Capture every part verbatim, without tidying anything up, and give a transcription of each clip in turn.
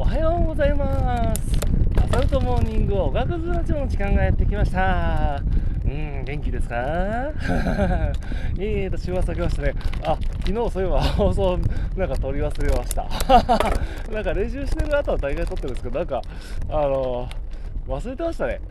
おはようございます。アサルトモーニングおがくずラジオの時間がやってきました。うん、元気ですかえーと、週末明けましてね。あ、昨日そういえば放送なんか撮り忘れました。なんか練習してる後は大概撮ってるんですけど、なんか、あのー忘れてましたね。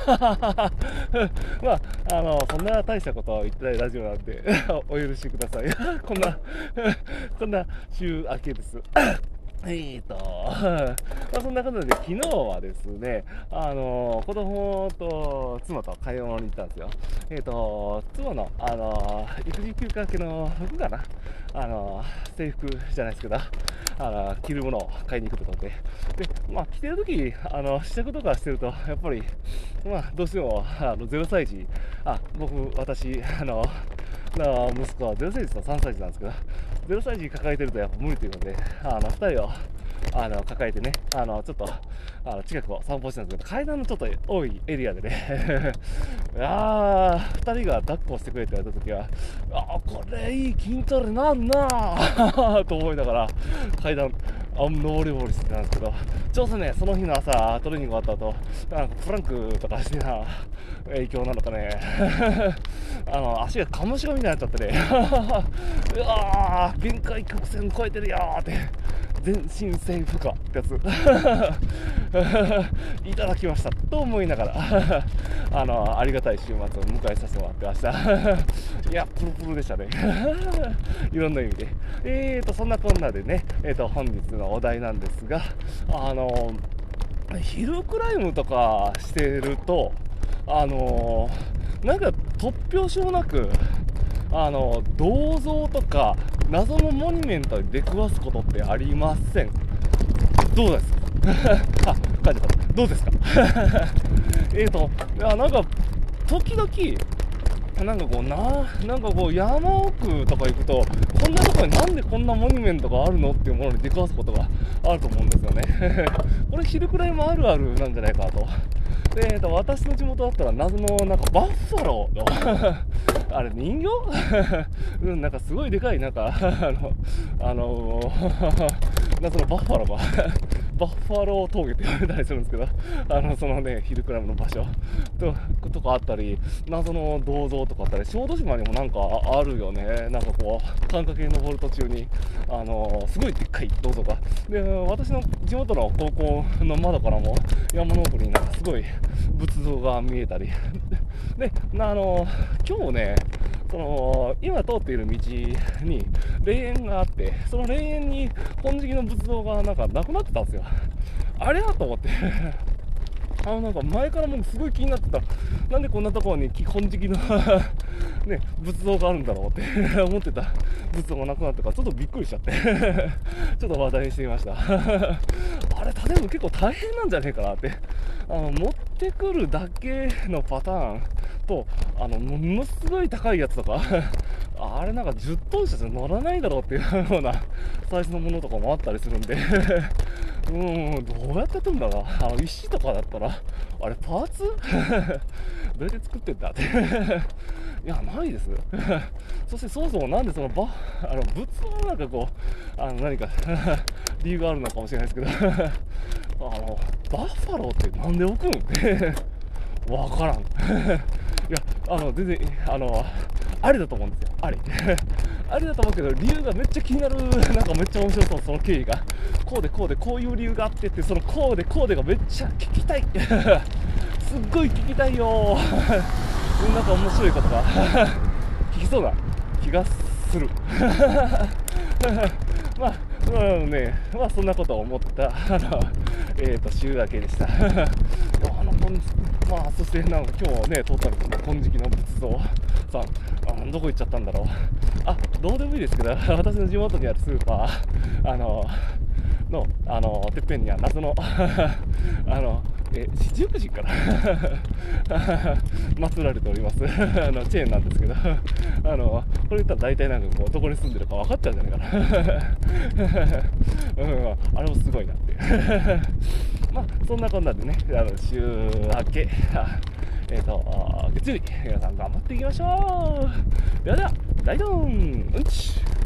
まあ、あの、そんな大したことを言ってないラジオなんで、お許しください。こんな、こんな週明けです。えーと、まあ、そんなことで、昨日はですね、あの、子供と妻と買い物に行ったんですよ。えーと、妻の、あの、育児休暇明けの服かな、あの、制服じゃないですけど、あの、着るものを買いに行くということで、で、まあ、着てるとき、あの、試着とかしてると、やっぱり、まあ、どうしても、あの、ゼロさい児、あ、僕、私、あの、な息子はゼロさい児とさんさい児なんですけど、ゼロさい児抱えてるとやっぱ無理というので、あのふたりをあの抱えてね、あのちょっとあの近くを散歩したんですけど、階段のちょっと多いエリアでね、いやー、ふたりが抱っこしてくれって言われたときは、あー、これいい筋トレなんなーと思いながら、階段、あん登り登りしてたんですけど、ちょうどね、その日の朝、トレーニング終わった後、なんかプランクとかしてな、影響なのかね、あの足がカモシカみたいになっちゃってね、うわー、限界曲線超えてるよーって、全身性負荷ってやついただきましたと思いながらあのありがたい週末を迎えさせてもらってましたいや、プルプルでしたねいろんな意味で。えーとそんなこんなでね、えーと本日のお題なんですが、あのヒルクライムとかしてると、あのなんか突拍子もなく、あの銅像とか謎のモニュメントに出くわすことってありません？どうですかあ、書いてた。どうですかえーと、いや、なんか、時々、なんかこう、な、なんかこう、山奥とか行くと、こんなところになんでこんなモニュメントがあるのっていうものに出くわすことがあると思うんですよね。これ、ヒルクライムあるあるなんじゃないかと。で、えーと、私の地元だったら謎のなんかバッファローのあれ人形うん、なんかすごいでかいなんかあのあの謎のバッファローがバッファロー峠って言われたりするんですけど、あのそのねヒルクライムの場所ととかあったり、謎の銅像とかあったり、小豆島にもなんかあるよね。なんかこう間隔に登る途中にあのすごいでっかい銅像が、で私の地元の高校の窓からも山の奥になんかすごい仏像が見えたりで、あの今日ね、その今通っている道に霊園があって、その霊園に金色の仏像がなんかなくなってたんですよ。あれやと思ってあのなんか前からもうすごい気になってた、なんでこんなところに金色のね仏像があるんだろうって思ってた仏像がなくなったからちょっとびっくりしちゃってちょっと話題にしてみましたあれ建てるの結構大変なんじゃねえかなって、あの持ってくるだけのパターンと、あのものすごい高いやつとかあれなんかじゅっトン車じゃ乗らないだろうっていうようなサイズのものとかもあったりするんでうーん、どうやってやってるんだろうな。あの石とかだったら、あれパーツどうやって作ってんだっていや、ないですそしてそもそもなんでそのバあの仏像なんかこう、あの何か理由があるのかもしれないですけどあのバッファローってなんで置くんってわからんいや、あの全然あのありだと思うんですよ。ありありだと思うけど、理由がめっちゃ気になる。なんかめっちゃ面白そう、その経緯がこうでこうでこういう理由があってって、そのこうでこうでがめっちゃ聞きたいすっごい聞きたいよなんか面白いことが聞きそうな気がするまあ、まあね、まあそんなことを思ったあの、えー、と週明けでしたあのまあそしてなんか今日ね通ったのこの金色の仏像さん、あどこ行っちゃったんだろう。あ、どうでもいいですけど、私の地元にあるスーパーあののあのてっぺんには謎のあのえ四十九神かな祀られておりますあのチェーンなんですけど、あのこれ言ったら大体なんかこうどこに住んでるか分かっちゃうんじゃないかな、うん、あれもすごいなってまあそんなこんなでね、あの週明けえーと月曜日皆さん頑張っていきましょう。ではではライドンうんち